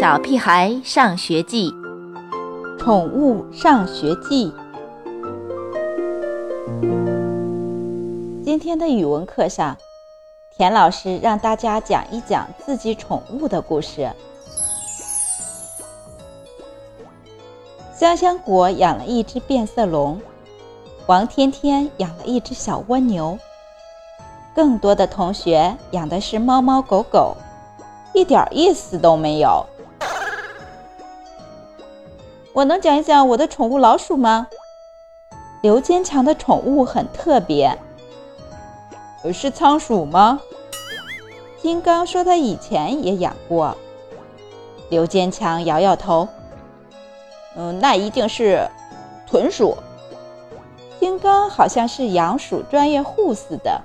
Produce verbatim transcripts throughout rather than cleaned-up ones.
小屁孩上学记》 宠物上学记。今天的语文课上，田老师让大家讲一讲自己宠物的故事。香香果养了一只变色龙，王天天养了一只小蜗牛，更多的同学养的是猫猫狗狗，一点意思都没有。我能讲一讲我的宠物老鼠吗？刘坚强的宠物很特别。是仓鼠吗？金刚说他以前也养过。刘坚强摇摇头，嗯，那一定是豚鼠。金刚好像是养鼠专业户似的。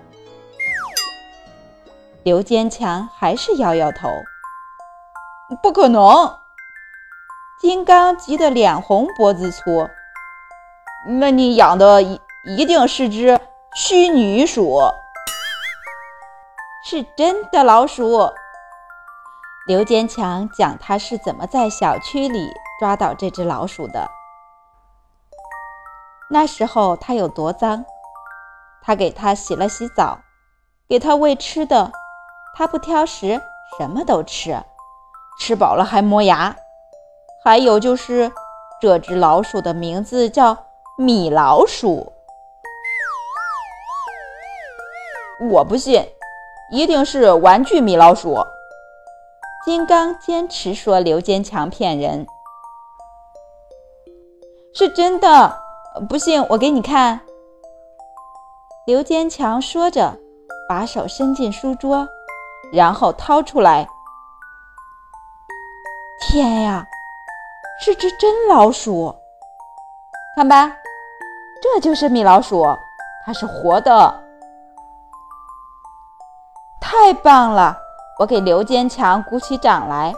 刘坚强还是摇摇头，不可能。金刚急得脸红脖子粗，那你养的一一定是只虚拟鼠。是真的老鼠。刘坚强讲他是怎么在小区里抓到这只老鼠的。那时候他有多脏，他给他洗了洗澡，给他喂吃的，他不挑食，什么都吃，吃饱了还磨牙。还有就是这只老鼠的名字叫米老鼠。我不信，一定是玩具米老鼠。金刚坚持说刘坚强骗人。是真的，不信我给你看。刘坚强说着，把手伸进书桌，然后掏出来。天呀，是只真老鼠！看吧，这就是米老鼠，它是活的。太棒了！我给刘坚强鼓起掌来。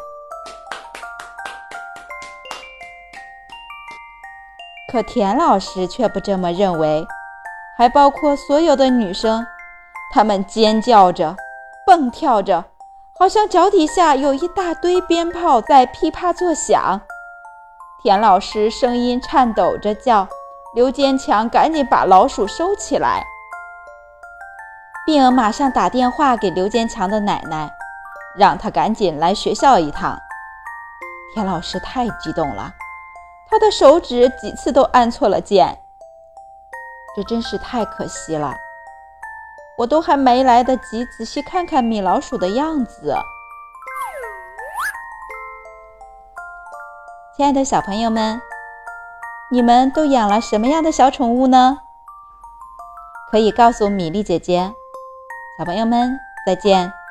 可田老师却不这么认为，还包括所有的女生，她们尖叫着，蹦跳着，好像脚底下有一大堆鞭炮在噼啪作响。田老师声音颤抖着叫刘坚强赶紧把老鼠收起来，并马上打电话给刘坚强的奶奶，让他赶紧来学校一趟。田老师太激动了，他的手指几次都按错了键。这真是太可惜了，我都还没来得及仔细看看米老鼠的样子。亲爱的小朋友们，你们都养了什么样的小宠物呢？可以告诉米粒姐姐。小朋友们，再见。